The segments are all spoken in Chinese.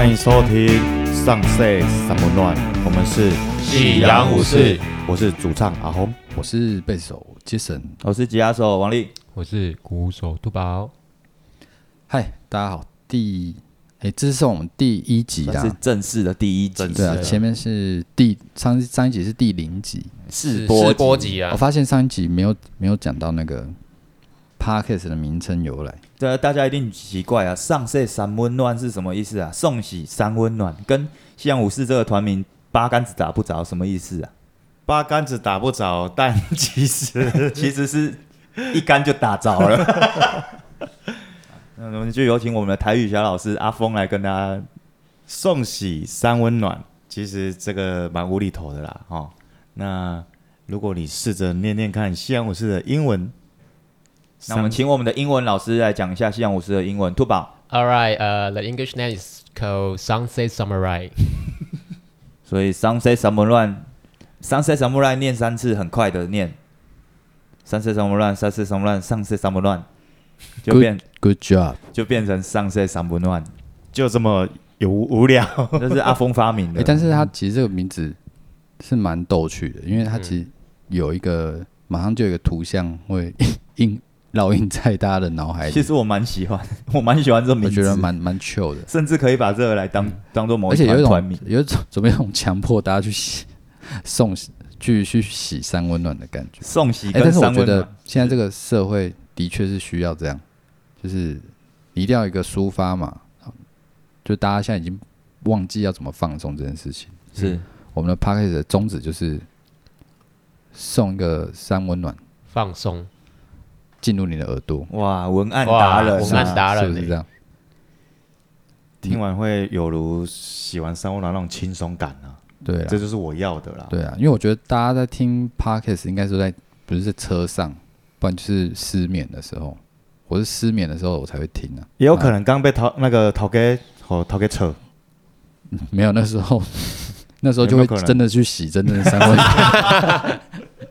欢迎收听上岁什么乱，我们是夕阳武士， 我是主唱阿红， 我是贝斯手Jason， 我是吉他手王力， 我是鼓手杜宝。 嗨，大家好，这是我们第一集啦， 是正式的第一集， 对啊，前面是上一集是第0集试播集啊。 我发现上一集没有讲到那个 Podcast 的名称由来。 对啊，大家一定奇怪啊，上岁三温暖是什么意思啊？送喜三温暖跟夕阳武士这个团名八竿子打不着什么意思啊？ 八竿子打不着，但其实是一竿就打着了。那我们就有请我们的台语小老师阿峰来跟大家送喜三温暖。其实这个蛮无厘头的啦，哦。那如果你试着念念看夕阳武士的英文， 那我们请我们的英文老师来讲一下夕阳武士的英文。兔宝 All right, the English name is called Sunset Samurai. 所以 Sunset Samurai。Sunset Samurai 念3次，很快的念。Sunset Samurai，Sunset Samurai，Sunset Samurai， 就变 Good job， 就变成Sunset Samurai， 就这么无聊。 这是阿峰发明的。 但是他其实这个名字是蛮逗趣的，因为他其实有一个马上就有一个图像会烙印在大家的脑海里。 其实我蛮喜欢这个名字， 我觉得蛮 chill 的， 甚至可以把这个来当做某一而且团名， 有一种准备一种强迫大家去洗三温暖的感觉。 送喜但是我跟三温暖。 觉得现在这个社会的确是需要这样，就是你一定要有一个抒发嘛，就大家现在已经忘记要怎么放松这件事情。 是我们的 podcast 的宗旨就是送一个三温暖， 放松进入你的耳朵。 哇，文案达人， 文案达人， 是不是这样？ 听完会有如洗完三温暖那种轻松感啊。 对啊， 这就是我要的啦。 对啊，因为我觉得大家在听 podcast 应该是不是在车上，不然就是失眠的时候。我是失眠的时候我才会听啊。 也有可能刚被那个头给扯。 没有，那时候就会真的去洗真正的三温暖。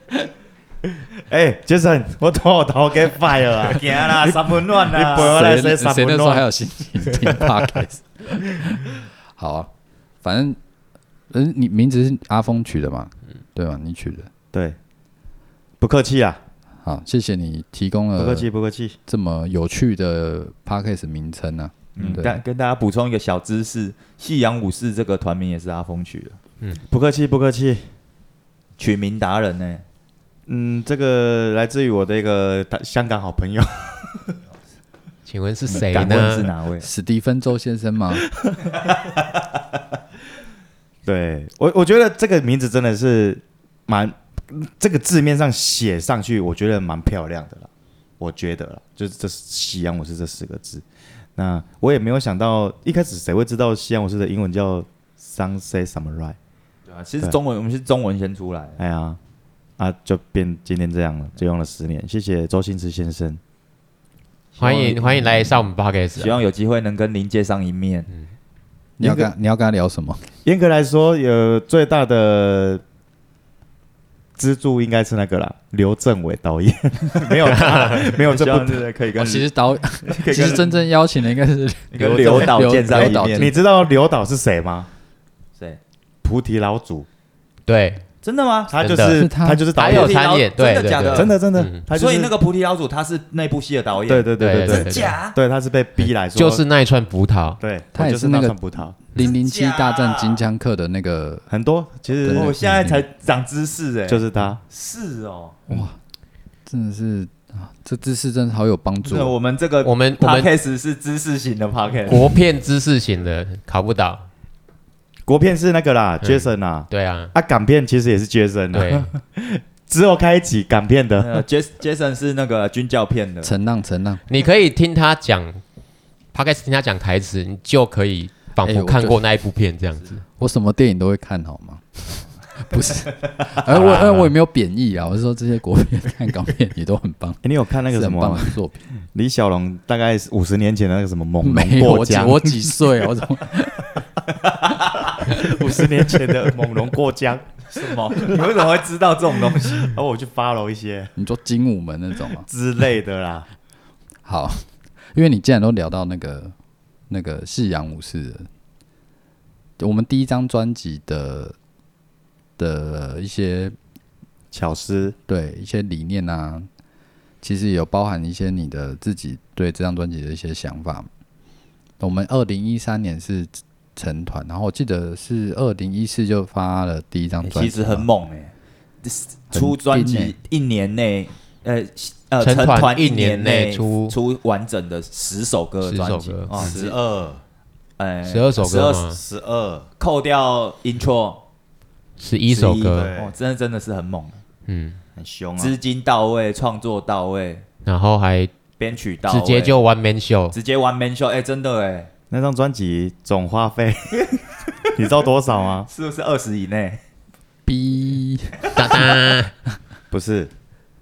Jason， 我头给 fire 啊！ 行啦，三温暖啦。 你陪我来说三温暖。 谁那时候还有心情听 podcast？ 好啊，反正你名字是阿峰取的嘛？对吧？你取的。 对，不客气啊。 好，谢谢你提供了不客气， 这么有趣的 podcast 名称啊。 跟大家补充一个小知识，夕阳武士这个团名也是阿峰取的。 不客气， 取名达人呢。 这个来自于我的一个香港好朋友。 请问是谁敢问是呢？ 哪位？ 史蒂芬周先生吗？ 对，我觉得这个名字真的是这个字面上写上去，我觉得蛮漂亮的啦。我觉得啦，就是这夕阳武士这4个字。那我也没有想到，一开始谁会知道夕阳武士的英文叫 Sunset Samurai？ 对啊，其实我们是中文先出来。 哎呀，就变今天这样了，就用了10年。谢谢周星驰先生， 欢迎来上我们 podcast， 希望有机会能跟您见上一面。 你要跟他聊什么？ 严格来说，有最大的支柱应该是那个啦，刘镇伟导演。没有这部可以跟其实真正邀请的应该是刘导见上一面。 你知道刘导是谁吗？ 谁？ 菩提老祖。 对， 真的吗？ 他就是导演， 他有参演，对， 真的假的？ 真的。 所以那个菩提老祖他是那部戏的导演。 对， 真假？ 对，他是被逼来说， 就是那一串葡萄。 对， 他也是那个葡萄。 007大战金枪客的那个很多，其实我现在才长知识就是他。 是哦， 哇，真的是这知识真的好有帮助。 我们这个我们 podcast 是知识型的 podcast， 国片知识型的，考不倒。 国片是那个啦，Jason 啊， 对啊， 港片其实也是 Jason 啊， 对， 只有开一集港片的 ，Jason 是那个军教片的。 陈浪， 你可以听他讲 podcast， 听他讲台词，你就可以仿佛看过那一部片这样子。 我什么电影都会看，好吗？不是，我也没有贬义啊，我是说这些国片看港片也都很棒。 你有看那个什么很棒的作品？ 李小龙大概50年前的那个什么猛龙过江？ 我几岁啊？我怎么 50年前的猛龙过江？ 什么？你为什么会知道这种东西？ 然后我去 follow 一些， 你说精武门那种吗？ 之类的啦。 好，因为你既然都聊到那个夕阳武士的， 我们第一张专辑的一些巧思， 对一些理念啊，其实有包含一些你的自己对这张专辑的一些想法。我们2013年是成团，然后我记得是2014就发了第一张专辑， 其实很猛出专辑一年内， 成团团一年内出出完整的10首歌的专辑， 12 12首歌吗 12， 扣掉 intro 11首歌， 对哦，真的是很猛， 很凶啊。 资金到位，创作到位， 然后还编曲到位， 直接就 one man show， 直接 one man show，真的那张专辑总花费你知道多少吗？ 是不是20以内逼哒哒， 不是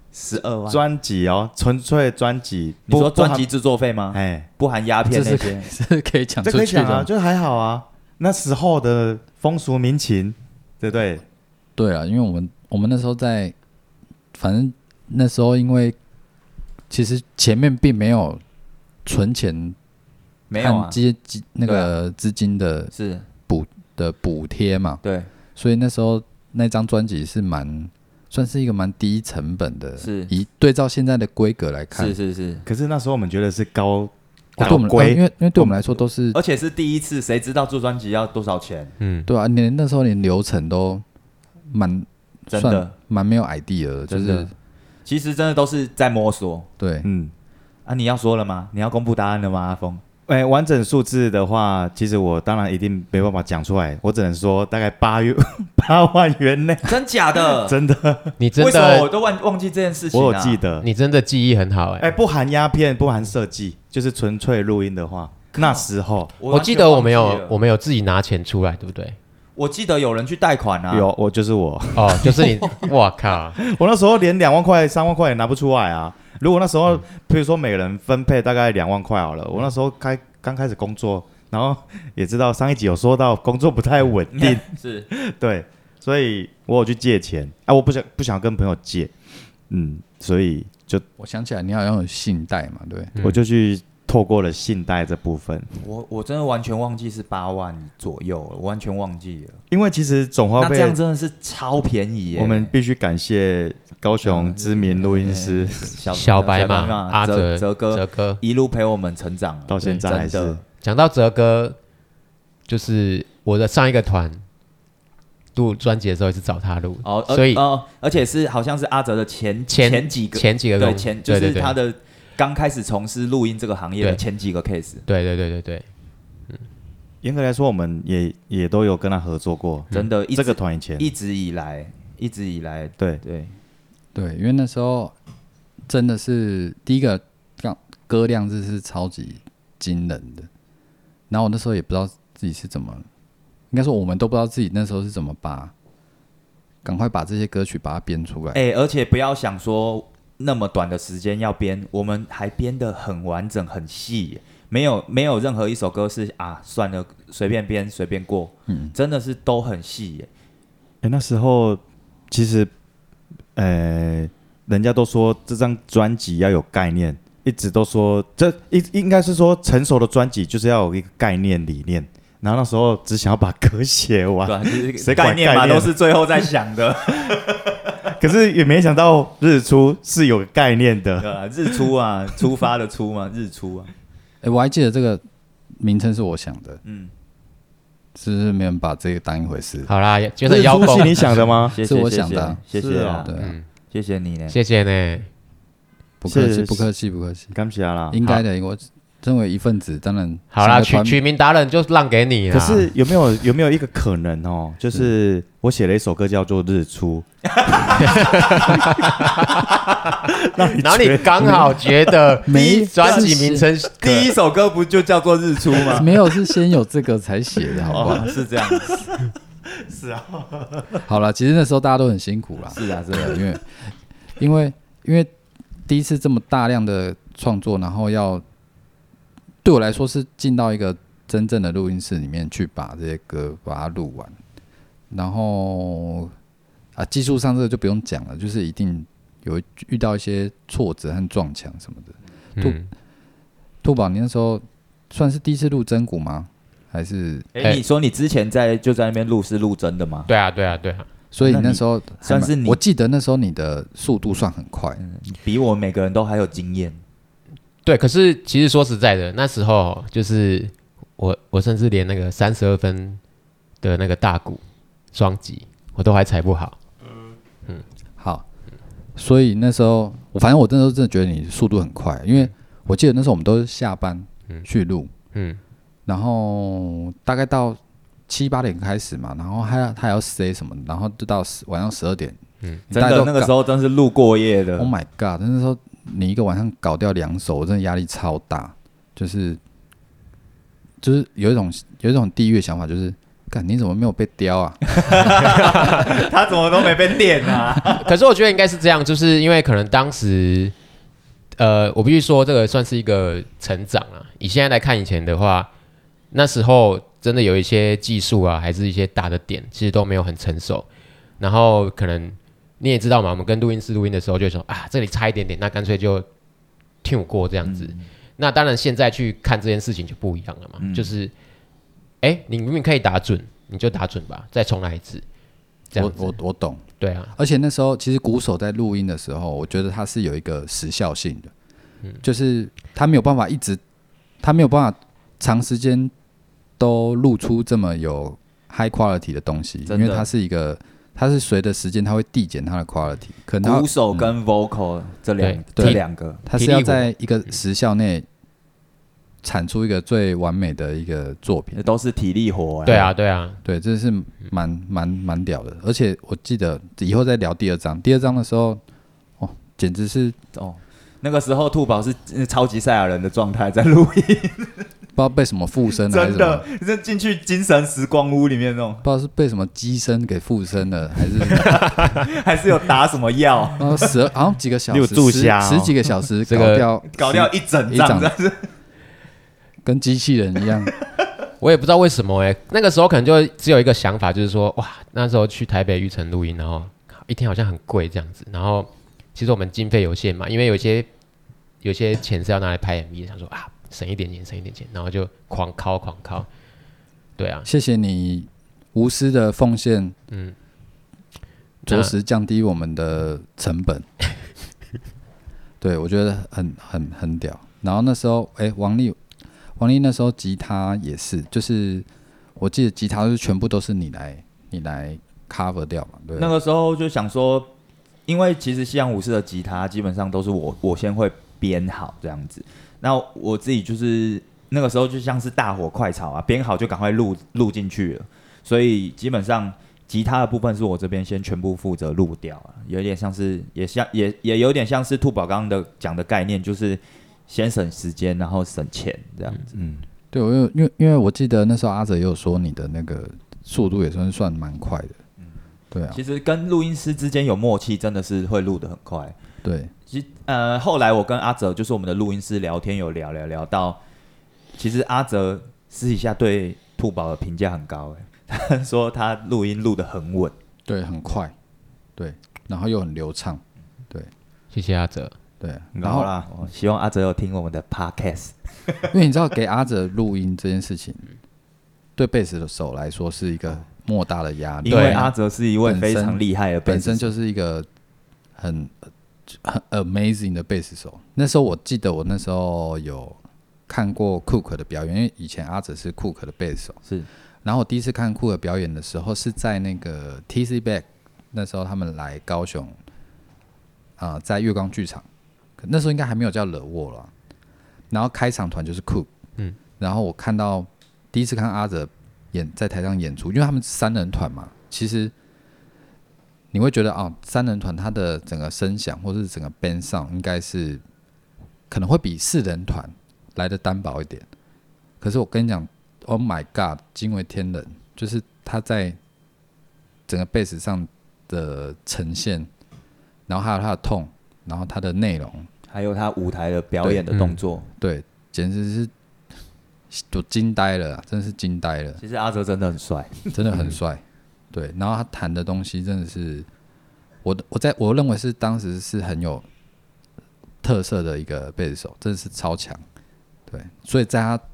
？12万。 专辑哦，纯粹专辑。 你说不含专辑制作费吗？ 哎， 不含鸦片那些， 是可以讲这出去可以讲啊， 的。 就还好啊。那时候的风俗民情，对不对？ 对啊，因为我们那时候反正那时候因为其实前面并没有存钱没有啊和，接那个资金的是补贴嘛， 对， 所以那时候那张专辑是算是一个蛮低成本的， 是以对照现在的规格来看， 是， 可是那时候我们觉得是高对我们规， 因为对我们来说都是而且是第一次，谁知道做专辑要多少钱？ 对啊，那时候连流程都真的蛮没有 idea 的，就真的是其实真的都是在摸索对， 啊！你要说了吗？你要公布答案了吗？阿峰， 完整数字的话，其实我当然一定没办法讲出来，我只能说大概8万元内， 真假的？ 真的， 你真为什么我的都忘记这件事情？ 我有记。得。 你真的记忆很好不含鸦片，不含设计，就是纯粹录音的话，那时候我记得我们我有自己拿钱出来，对不对？ 我记得有人去贷款啊， 有就是我， 哦，就是你，哇靠！ 我那时候连2万块、3万块也拿不出来啊。如果那时候，比如说每人分配大概2万块好了，我那时候刚开始工作，然后也知道上一集有说到工作不太稳定， 是对，所以我有去借钱啊，我不想跟朋友借，所以我想起来你好像有信贷嘛，对， 我就去透过了信贷这部分， 我真的完全忘记是8万左右了，我完全忘记了。 因为其实总花那这费样真的是超便宜耶！ 我们必须感谢高雄知名录音师， 小白嘛，阿哲哥一路陪我们成长， 到现在还是真的讲到哲哥，就是我的上一个团录专辑的时候也是找他录，所以而且是好像是阿哲的前几个对就是他的刚开始从事录音这个行业的前几个 case。 对， 严格来说，我们也都有跟他合作过， 真的， 这个团以前一直以来， 对， 因为那时候真的是第一个歌量是超级惊人的，然后我那时候也不知道自己是怎么，应该说我们都不知道自己那时候是怎么赶快把这些歌曲把它编出来。 而且不要想说那么短的时间要编，我们还编得很完整很细耶，没有任何一首歌是算了随便编随便过，真的是都很细耶。 那时候其实人家都说这张专辑要有概念，一直都说应该是说成熟的专辑就是要有一个概念理念，然后那时候只想要把歌写完， 对， 谁管概念嘛都是最后在想的。 可是也没想到日出是有概念的， 对啊，日出啊，出发的出嘛，日出啊。 我还记得这个名称是我想的，是不是没人把这个当一回事？ 好啦，就是邀功日出是你想的吗？ 是我想的啊谢谢啊， 对啊， 谢谢你呢， 谢谢呢， 不客气，不客气，不客气， 感谢啦， 应该的。我身为一份子，当然好啦，取名达人就让给你啦。 可是有没有一个可能哦，就是我写了一首歌叫做《日出》， 然后你刚好觉得专辑名称第一首歌不就叫做日出吗？ 没有，是先有这个才写的，好不好？ 是这样， 是啊， 好了，其实那时候大家都很辛苦啦， 是啊， 因为第一次这么大量的创作，然后对我来说是进到一个真正的录音室里面去把这些歌把它录完，然后技术上这个就不用讲了，就是一定有遇到一些挫折和撞墙什么的。兔宝，你那时候算是第一次录真鼓吗？ 还是？ 你说你之前就在那边录是录真的吗？ 对啊。 所以那时候算是你， 我记得那时候你的速度算很快， 比我每个人都还有经验。 对，可是其实说实在的，那时候就是我甚至连那个32分的那个大鼓双击我都还踩不好。 好，所以那时候反正我那时候真的觉得你速度很快，因为我记得那时候我们都是下班去录，然后大概到7、8点开始嘛，然后他还要 say 什么，然后就到晚上12点， 真的那个时候真是录过夜的。 Oh my god！ 那时候你一个晚上搞掉2首，我真的压力超大，就是有一种地狱的想法，就是干你怎么没有被雕啊？ 他怎么都没被电啊？ 可是我觉得应该是这样，就是因为可能当时，我必须说这个算是一个成长啊。以现在来看以前的话，那时候真的有一些技术啊，还是一些大的点，其实都没有很成熟。然后可能你也知道嘛，我们跟录音室录音的时候就说啊，这里差一点点，那干脆就跳过这样子。那当然现在去看这件事情就不一样了嘛，就是你明明可以打准，你就打准吧，再重来一次。这样子我懂， 对啊。 而且那时候其实鼓手在录音的时候，我觉得他是有一个时效性的，就是他没有办法长时间都录出这么有 high quality 的东西，因为它是随着时间它会递减它的 quality。可能鼓手跟 vocal 这两个， 它是要在一个时效内产出一个最完美的一个作品， 都是体力活。 对啊， 对，这是蛮屌的。而且我记得以后再聊第二章的时候，简直是那个时候兔宝是超级赛亚人的状态在录音， 不知道被什么附身了， 真的，这进去精神时光屋里面那种， 不知道是被什么机身给附身了， 还是有打什么药， 然后好像几个小时， 有注虾 10几个小时搞掉一整张， 跟机器人一样。 我也不知道为什么那个时候可能就只有一个想法，就是说哇，那时候去台北玉成录音，然后一天好像很贵这样子，然后其实我们经费有限嘛，因为有些钱是要拿来拍 MV 的，想说啊省一点钱，然后就狂敲，对啊， 谢谢你无私的奉献，着实降低我们的成本。对，我觉得很屌。然后那时候王力那时候吉他也是，就是我记得吉他是全部都是你来 cover 掉嘛，对。 那个时候就想说，因为其实西洋武士的吉他基本上都是我先会编好这样子，那我自己就是那个时候就像是大火快炒啊，编好就赶快录进去了，所以基本上吉他的部分是我这边先全部负责录掉啊，有点像是也有点像是兔宝刚刚讲的概念，就是先省时间然后省钱这样子。 对，因为我记得那时候阿哲也有说你的那个速度也算蛮快的。对啊， 其实跟录音师之间有默契，真的是会录得很快。 对， 其实后来我跟阿哲，就是我们的录音师聊天，有聊到，其实阿哲私底下对兔宝的评价很高，他说他录音录得很稳， 对，很快，对，然后又很流畅，对， 谢谢阿哲。 对，然后啦，我希望阿哲有听我们的 podcast， 因为你知道给阿哲录音这件事情，对贝斯手来说是一个莫大的压力， 因为阿哲是一位非常厉害的贝斯手， 本身就是一个很 amazing 的贝斯手。那时候我记得我那时候有看过 Cook 的表演，因为以前阿哲是 Cook 的贝斯手， 是。 然后我第一次看 Cook 表演的时候是在那个 TC Back， 那时候他们来高雄，在月光剧场。那时候应该还没有叫惹沃了，然后开场团就是 Cook， 然后我第一次看阿哲在台上演出，因为他们是3人团嘛，其实你会觉得3人团他的整个声响或是整个 band sound 应该是可能会比4人团来的单薄一点，可是我跟你讲 ，Oh my God， 惊为天人，就是他在整个贝斯上的呈现，然后还有他的痛。然后他的内容， 还有他舞台的表演的动作， 对，简直是都惊呆了，真的是惊呆了。 其实阿哲真的很帅， 真的很帅，对。然后他弹的东西真的是，我认为是当时是很有特色的一个贝斯手，真的是超强，对。所以在他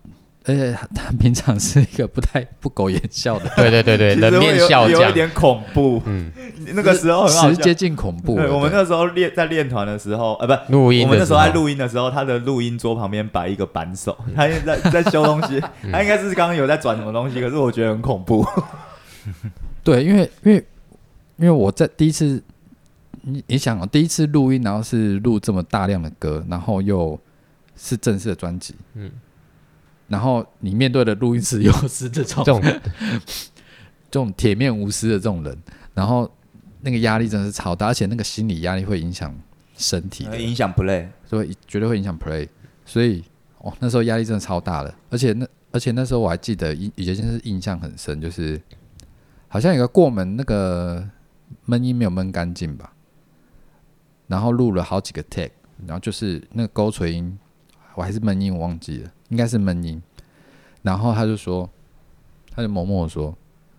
而且他平常是一个不苟言笑的， 对，人面笑匠， 有一点恐怖。那个时候很好笑， 是接近恐怖了。 对，我们那时候在练团的时候，不， 录音的时候， 我们那时候在录音的时候，他的录音桌旁边摆一个扳手，他在修东西，他应该是刚刚有在转什么东西，可是我觉得很恐怖。 对，因为我在第一次，你想哦，第一次录音，然后是录这么大量的歌，然后又是正式的专辑，然后你面对的录音室又是这种铁面无私的这种人，然后那个压力真的是超大，而且那个心理压力会影响身体的， 影响 play， 所以绝对会影响 play， 所以那时候压力真的超大的，而且那时候我还记得有一件事印象很深，就是好像有个过门那个闷音没有闷干净吧，然后录了好几个 take， 然后就是那个勾锤音，我还是闷音，我忘记了，应该是闷音。然后他就默默地说：“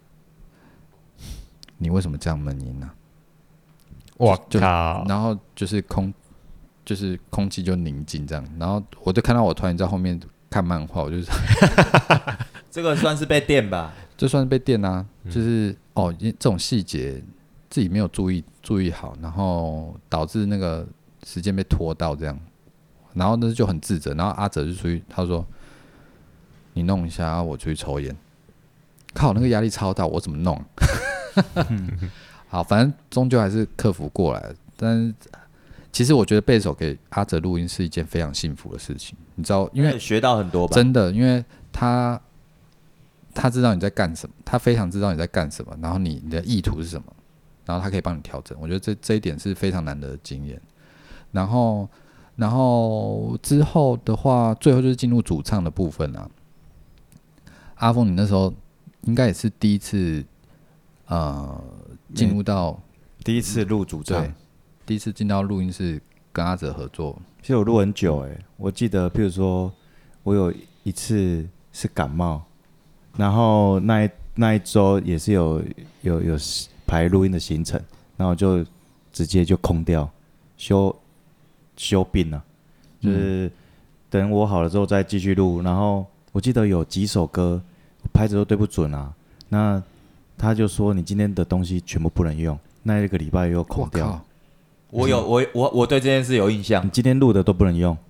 你为什么这样闷音呢？” 我靠！ 然后就是空气就宁静这样，然后我就看到我团员在后面看漫画，我就这个算是被电吧？ 这算是被电啊，就是这种细节自己没有注意好，然后导致那个时间被拖到这样，然后那就很自责，然后阿哲就出去，他说：“你弄一下，我出去抽烟。”靠，那个压力超大，我怎么弄？好，反正终究还是克服过来了。但是其实我觉得贝手给阿哲录音是一件非常幸福的事情，你知道，因为学到很多吧？ 真的，因为他知道你在干什么，他非常知道你在干什么，然后你的意图是什么，然后他可以帮你调整。我觉得这一点是非常难得的经验。然后之后的话，最后就是进入主唱的部分啊。阿峰，你那时候应该也是第一次进入到第一次录主唱， 第一次进到录音室跟阿哲合作。 其实我录很久我记得，譬如说我有一次是感冒，然后那一周也是有排录音的行程，然后就直接就空掉，休病了，就是等我好了之后再继续录。然后我记得有几首歌拍子都对不准啊，那他就说你今天的东西全部不能用，那一个礼拜又空掉。 我对这件事有印象。 你今天录的都不能用，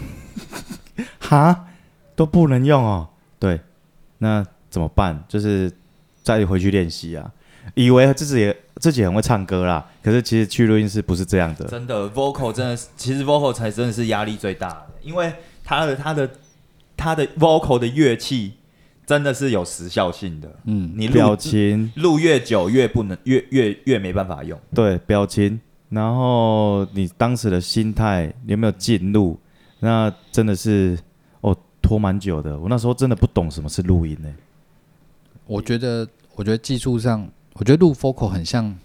哈，都不能用哦。对，那怎么办？就是再回去练习啊。以为自己很会唱歌啦，可是其实去录音室不是这样的。 真的 ，vocal 真的是，其实 vocal 才真的是压力最大的，因为他的 vocal 的乐器真的是有时效性的。你表情录越久越不能越没办法用。 对，表情，然后你当时的心态有没有进入？那真的是拖蛮久的。我那时候真的不懂什么是录音我觉得技术上，我觉得录 vocal 很像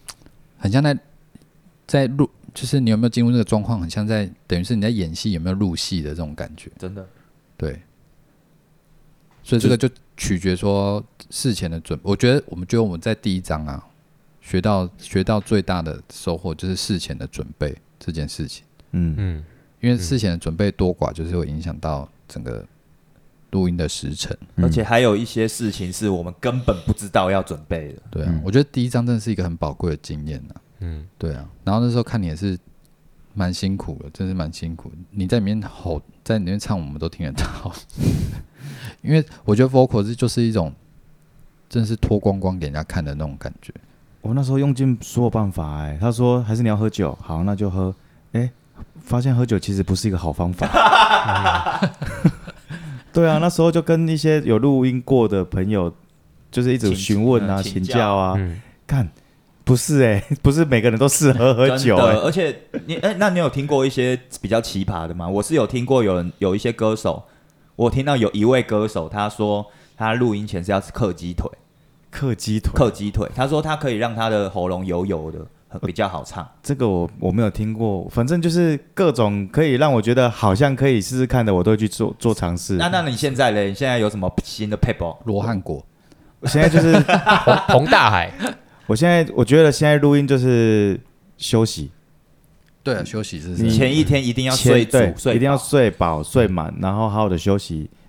在录，就是你有没有进入那个状况，很像在等于是你在演戏有没有入戏的这种感觉。 真的， 对。所以这个就取决说事前的准备。我觉得我们在第一章啊学到最大的收获就是事前的准备这件事情。因为事前的准备多寡，就是会影响到整个录音的时程， 而且还有一些事情是我们根本不知道要准备的。 对啊，我觉得第一章真的是一个很宝贵的经验啊。对啊。然后那时候看你也是蛮辛苦的，真是蛮辛苦的。你在里面吼，在里面唱，我们都听得到。因为我觉得 vocal 就是一种真的是脱光光给人家看的那种感觉。 我那时候用尽所有办法他说还是你要喝酒，好，那就喝。发现喝酒其实不是一个好方法。对啊，那时候就跟一些有录音过的朋友，就是一直询问啊、请教啊。看，不是不是每个人都适合喝酒而且那你有听过一些比较奇葩的吗？我是有听过有一些歌手，我听到有一位歌手他说他录音前是要吃克鸡腿。他说他可以让他的喉咙油油的。比较好唱， 这个我没有听过，反正就是各种可以让我觉得好像可以试试看的，我都会去做尝试。 那你现在嘞？你现在有什么新的 paper？ 罗汉果， 我现在就是洪大海。 我觉得现在录音就是休息。 对啊，休息是你前一天一定要睡足， 一定要睡饱睡满，然后好好的休息。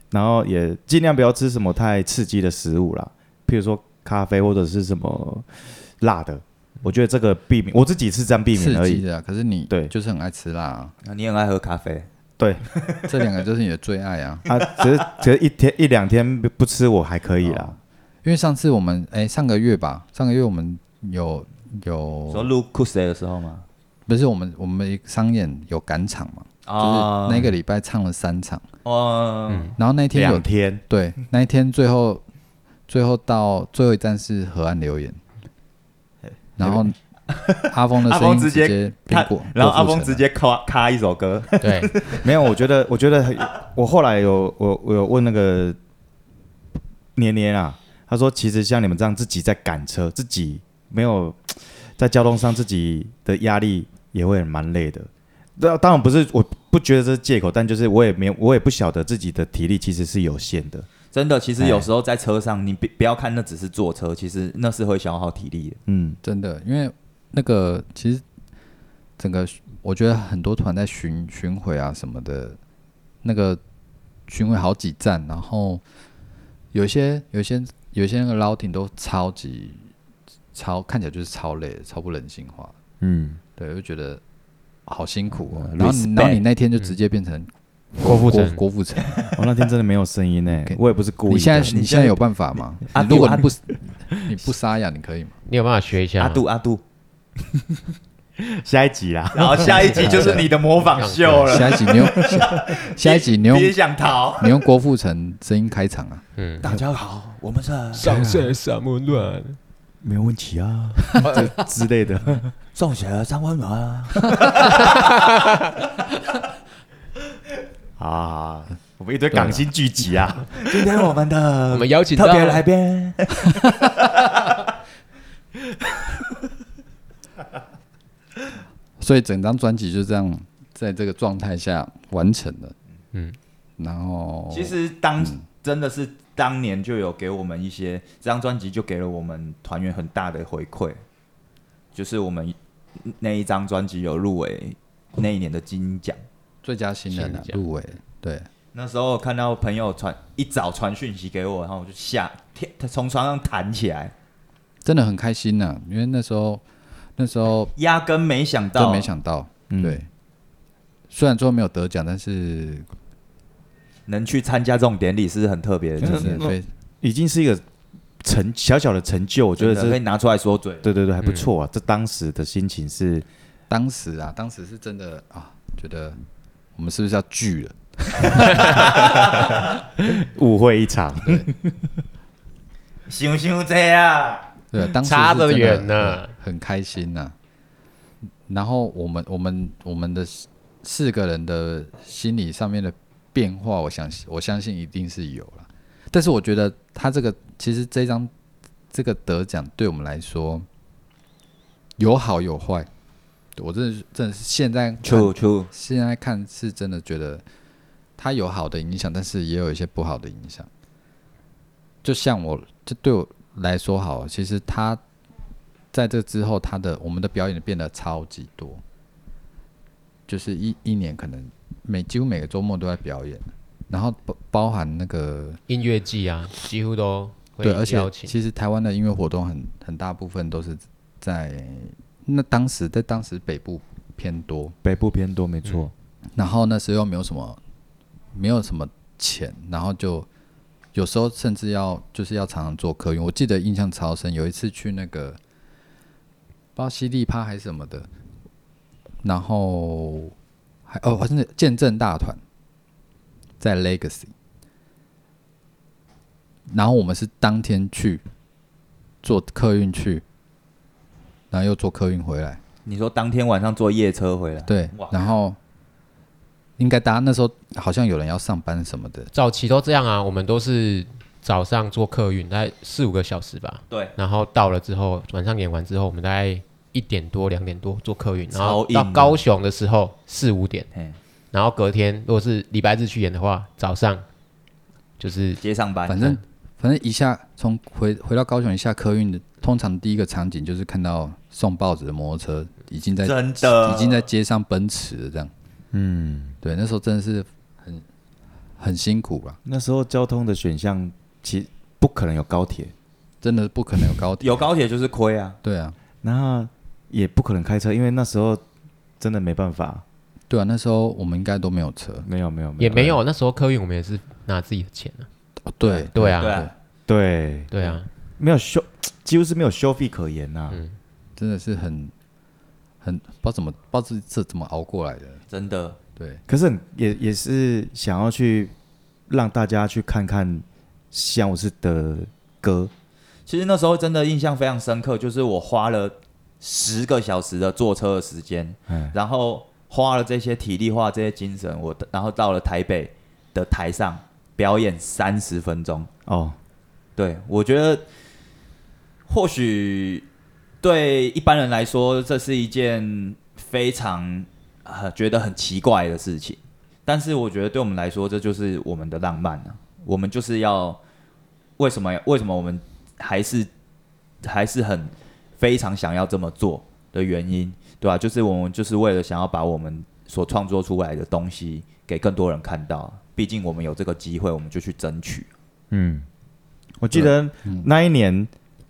然后也尽量不要吃什么太刺激的食物啦，譬如说咖啡或者是什么辣的，我觉得这个避免，我自己是这样避免而已。 刺激的啊，可是你对就是很爱吃辣啊， 你很爱喝咖啡， 对这两个就是你的最爱啊。 啊，只是一两天不吃我还可以啦。 因为上次我们上个月我们有说录 Kusa 的时候吗？ 不是我们商演有赶场嘛，就是那个礼拜唱了3场，然后那天 2天， 对，那一天最后到最后一站是河岸留言，然后阿峰的声音直接变过， 然后阿峰直接卡一首歌， 对， 没有，我觉得我后来我有问那个年年啊，他说其实像你们这样自己在赶车，自己没有在交通上自己的压力也会蛮累的。当然不是，我不觉得这是借口，但就是我也不晓得自己的体力其实是有限的。 真的，其实有时候在车上，你不要看那只是坐车，其实那是会消耗体力的。 真的，因为那个其实整个我觉得很多团在巡回啊什么的，那个巡回好几站，然后有些那个捞艇都超看起来就是超累的，超不人性化。对，就觉得好辛苦哦。然后你那天就直接变成郭富城， 我那天真的没有声音呢，我也不是故意的。 你现在有办法吗？如果你不沙哑，你可以吗？ 你有办法学一下吗？ 阿杜， 下一集啦， 然后下一集就是你的模仿秀了。 下一集你用别想逃， 你用郭富城声音开场啊！ 大家好，我们是上线三温暖， 没有问题啊之类的。 送血三温暖啊！ 啊，我们一堆港星聚集啊！ 今天我们邀请到特别来宾， 所以整张专辑就这样在这个状态下完成了。然后其实真的是当年就有给我们一些，这张专辑就给了我们团员很大的回馈，就是我们那一张专辑有入围那一年的金奖。 最佳新人啊入围，对， 那时候看到朋友一早传讯息给我，然后我就从床上弹起来， 真的很开心呐、因为那时候压根没想到， 对，虽然说没有得奖，但是能去参加这种典礼是很特别的经验， 已经是一个小小的成就，我觉得可以拿出来说嘴。 对，还不错啊。这当时的心情是， 当时是真的啊，觉得我们是不是要聚了？ 误会一场， 想这啊！ 对，当时差得远呢呢， 很开心呐、然后我们的4个人的心理上面的变化，我相信一定是有了。但是我觉得他其实这个得奖对我们来说有好有坏。我真的是现在看是真的觉得它有好的影响，但是也有一些不好的影响。就对我来说好，其实他在这之后，我们的表演变得超级多，就是一年可能几乎每个周末都在表演，然后包含那个音乐季啊，几乎都会对，而且邀请。 其实台湾的音乐活动很大部分都是在当时北部偏多， 没错。 然后那时候又没有什么钱，然后就有时候甚至要常常做客运。我记得印象超深，有一次去那个不知道西丽趴还是什么的，然后好像是见证大团在 Legacy， 然后我们是当天去坐客运去，然后又坐客运回来。 你说当天晚上坐夜车回来？ 对，然后应该大家那时候好像有人要上班什么的， 早期都这样啊，我们都是早上坐客运，大概4-5个小时吧。 对， 然后到了之后，晚上演完之后，我们大概1点多、2点多坐客运，然后到高雄的时候4-5点，然后隔天如果是礼拜日去演的话，早上就是接上班。 反正一下回到高雄一下客运的，通常第一个场景就是看到送报纸的摩托车已经在街上奔驰了这样。对，那时候真的是很辛苦吧。 那时候交通的选项其实不可能有高铁， 真的不可能有高铁， 有高铁就是亏啊。 对啊， 然后也不可能开车，因为那时候真的没办法。 对啊，那时候我们应该都没有车， 没有， 也没有。那时候客运我们也是拿自己的钱啊。 哦对对啊， 对啊， 对啊， 没有修，几乎是没有修费可言呐。 真的是很不知道这怎么熬过来的， 真的。 对， 可是也是想要去让大家去看看西洋武士的歌。 其实那时候真的印象非常深刻，就是我花了10个小时的坐车的时间，然后花了这些体力，花了这些精神，然后到了台北的台上表演30分钟。 哦， 对，我觉得或许对一般人来说，这是一件非常觉得很奇怪的事情，但是我觉得对我们来说，这就是我们的浪漫啊。我们就是要为什么我们还是很非常想要这么做的原因，对吧？就是我们就是为了想要把我们所创作出来的东西给更多人看到，毕竟我们有这个机会，我们就去争取。 我记得那一年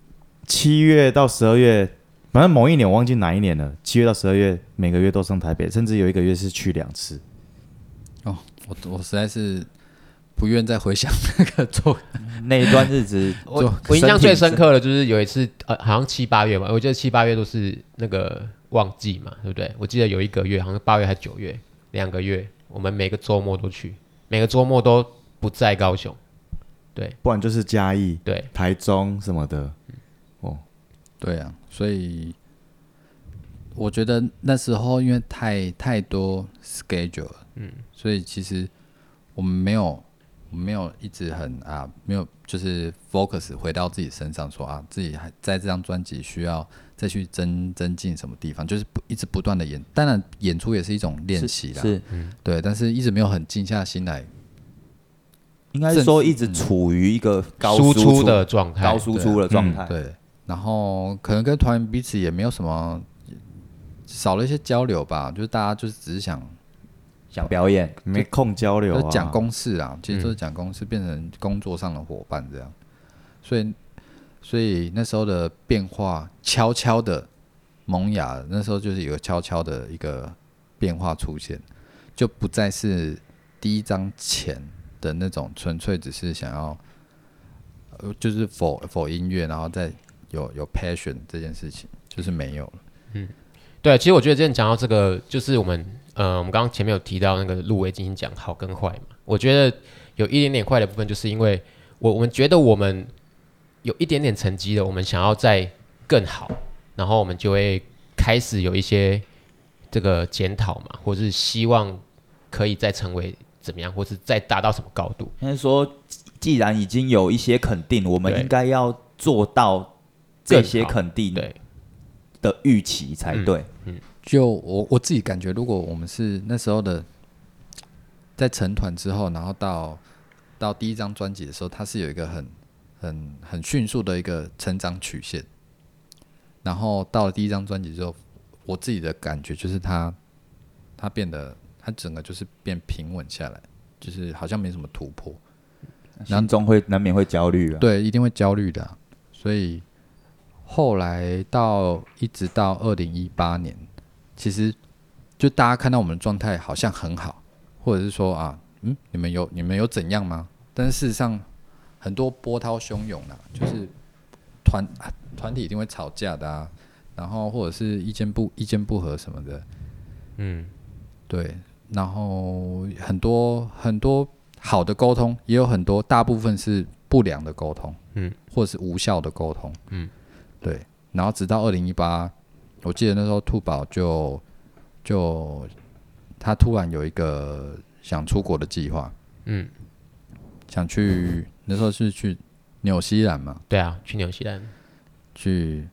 7月到12月，反正某一年我忘记哪一年了。7月到12月，每个月都上台北，甚至有一个月是去2次。 哦，我实在是不愿再回想那个做那一段日子， 我印象最深刻的就是有一次，好像7、8月吧，我记得7、8月都是那个旺季嘛，对不对？我记得有一个月，好像8月还9月，2个月，我们每个周末都去，每个周末都不在高雄，对， 不然就是嘉义、 对， 台中什么的。 对啊，所以我觉得那时候因为太多 schedule 了，所以其实我们没有一直没有就是 focus 回到自己身上说自己还在这张专辑需要再去增进什么地方，就是一直不断的演，当然演出也是一种练习啦， 是对，但是一直没有很静下心来， 应该是说一直处于一个高输出出的状态， 高输出的状态。 对，然后可能跟团员彼此也没有什么少了一些交流吧，就是大家就是只是想表演， 没空交流啊， 讲公事啊，其实都是讲公事，变成工作上的伙伴这样，所以那时候的变化悄悄的萌芽，那时候就是有悄悄的一个变化出现，就不再是第一张前的那种纯粹只是想要就是 for 音乐，然后再有 passion 这件事情，就是没有了。 对，其实我觉得之前讲到这个，就是我们刚刚前面有提到那个入围金星奖好跟坏嘛，我觉得有一点点坏的部分，就是因为我们觉得我们有一点点成绩了，我们想要再更好，然后我们就会开始有一些这个检讨嘛，或是希望可以再成为怎么样，或是再达到什么高度。 应该说，既然已经有一些肯定，我们应该要做到这些肯定的预期才对。 就我自己感觉，如果我们是那时候的在成团之后，然后到第一张专辑的时候，它是有一个很迅速的一个成长曲线。然后到了第一张专辑之后，我自己的感觉就是它变得，它整个就是变平稳下来，就是好像没什么突破， 心中难免会焦虑啊。 对，一定会焦虑的所以后来一直到2018年，其实就大家看到我们的状态好像很好，或者是说你们有怎样吗？但是事实上很多波涛汹涌啦，就是团体一定会吵架的然后或者是意见不合什么的，对，然后很多好的沟通，也有很多大部分是不良的沟通，或者是无效的沟通，对，然后直到2018，我记得那时候兔宝就他突然有一个想出国的计划，想去那时候是去纽西兰嘛， 对啊，去纽西兰去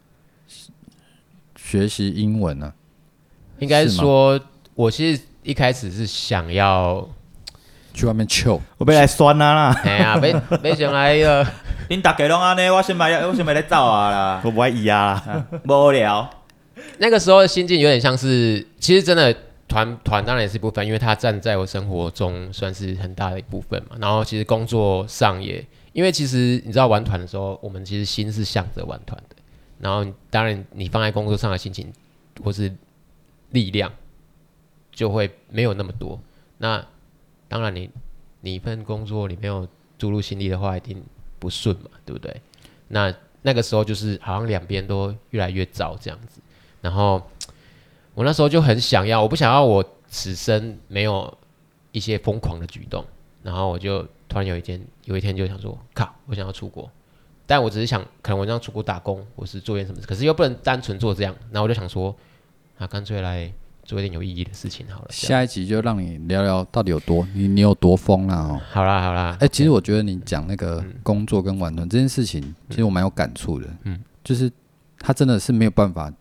学习英文啊， 应该说，我其实一开始是想要去外面 chill， 我被来酸啦。 哎呀，没想来了。 恁大家拢安尼，我先买来走啊啦， 我不爱咿呀啦， 无聊。 那个时候的心境有点像是，其实真的团当然也是一部分，因为它占在我生活中算是很大的一部分嘛。然后其实工作上也，因为其实你知道玩团的时候，我们其实心是想着玩团的。然后当然你放在工作上的心情或是力量就会没有那么多。那当然你一份工作你没有注入心力的话，一定不顺嘛，对不对？那个时候就是好像两边都越来越糟这样子。然后我那时候就很想要，我不想要我此生没有一些疯狂的举动。然后我就突然有一天就想说，靠，我想要出国。但我只是想，可能我这样出国打工，或是做点什么事，可是又不能单纯做这样。然后我就想说，干脆来做一点有意义的事情好了。 下一集就让你聊聊到底有多你有多疯啦哦。 好啦， 其实我觉得你讲那个工作跟玩团这件事情，其实我蛮有感触的。就是他真的是没有办法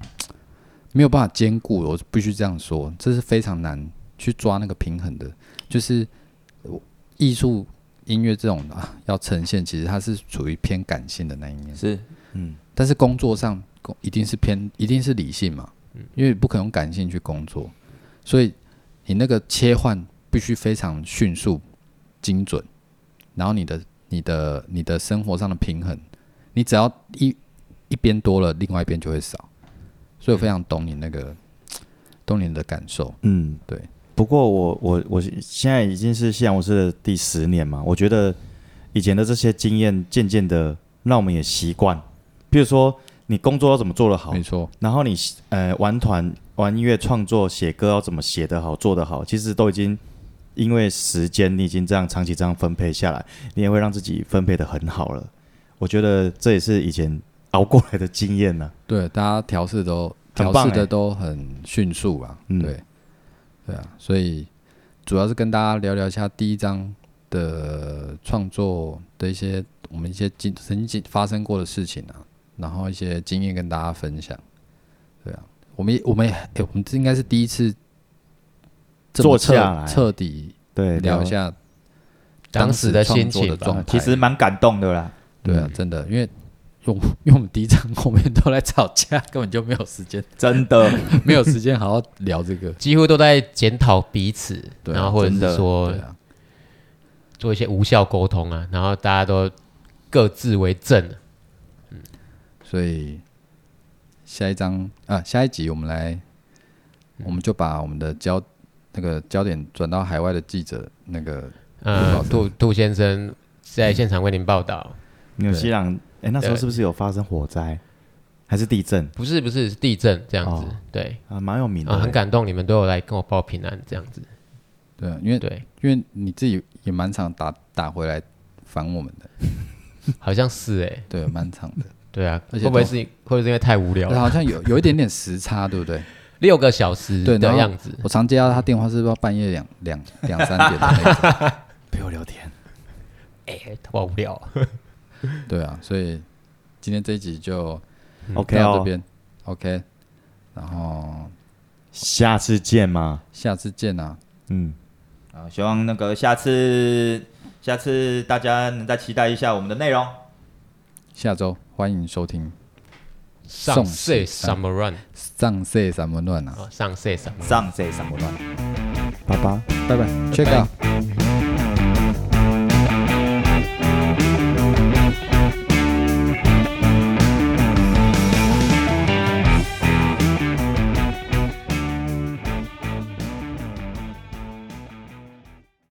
兼顾，我必须这样说，这是非常难去抓那个平衡的。就是艺术音乐这种要呈现，其实它是属于偏感性的那一面。 是， 但是工作上一定是理性嘛，因为不可能用感性去工作，所以你那个切换必须非常迅速、精准，然后你的生活上的平衡，你只要一边多了，另外一边就会少，所以我非常懂你的感受。对。 不过我现在已经是西洋武士的第10年嘛，我觉得以前的这些经验渐渐的让我们也习惯。比如说你工作要怎么做得好， 没错， 然后你玩团、玩音乐创作、写歌要怎么写得好、做得好，其实都已经因为时间你已经这样长期这样分配下来，你也会让自己分配得很好了。我觉得这也是以前熬过来的经验呢。 对，大家调试的都很迅速啊。对啊，所以主要是跟大家聊聊一下第一章的创作的我们一些曾经发生过的事情啊，然后一些经验跟大家分享。对啊，我们这应该是第一次这么彻底聊一下当时的心情吧， 其实蛮感动的啦。 对啊，真的，因为我们第一章后面都在吵架，根本就没有时间， 真的没有时间好好聊这个， 几乎都在检讨彼此， 对啊， 然后或者是说做一些无效沟通啊，然后大家都各自为政。 所以下一集我们就把我们的焦点转到海外的记者那个杜先生在现场为您报道。 纽西兰那时候是不是有发生火灾还是地震？ 不是是地震这样子。对啊， 蛮有名的很感动，你们都有来跟我报平安这样子。 对啊，因为你自己也蛮常打回来烦我们的， 好像是对，蛮长的。 对啊，会不会是因为太无聊了？ 好像有一点点时差，对不对 ？6个小时的样子。 我常接到他电话，是不是半夜2、3点的那种陪我聊天？ 好无聊。 对啊，所以今天这一集就 OK 到这边 OK， 然后下次见嘛， 下次见啊。 希望那个下次大家能再期待一下我们的内容。 下周欢迎收听上世什么乱？ 上世什么乱啊？ 上世什么乱？ 拜拜 ，check out。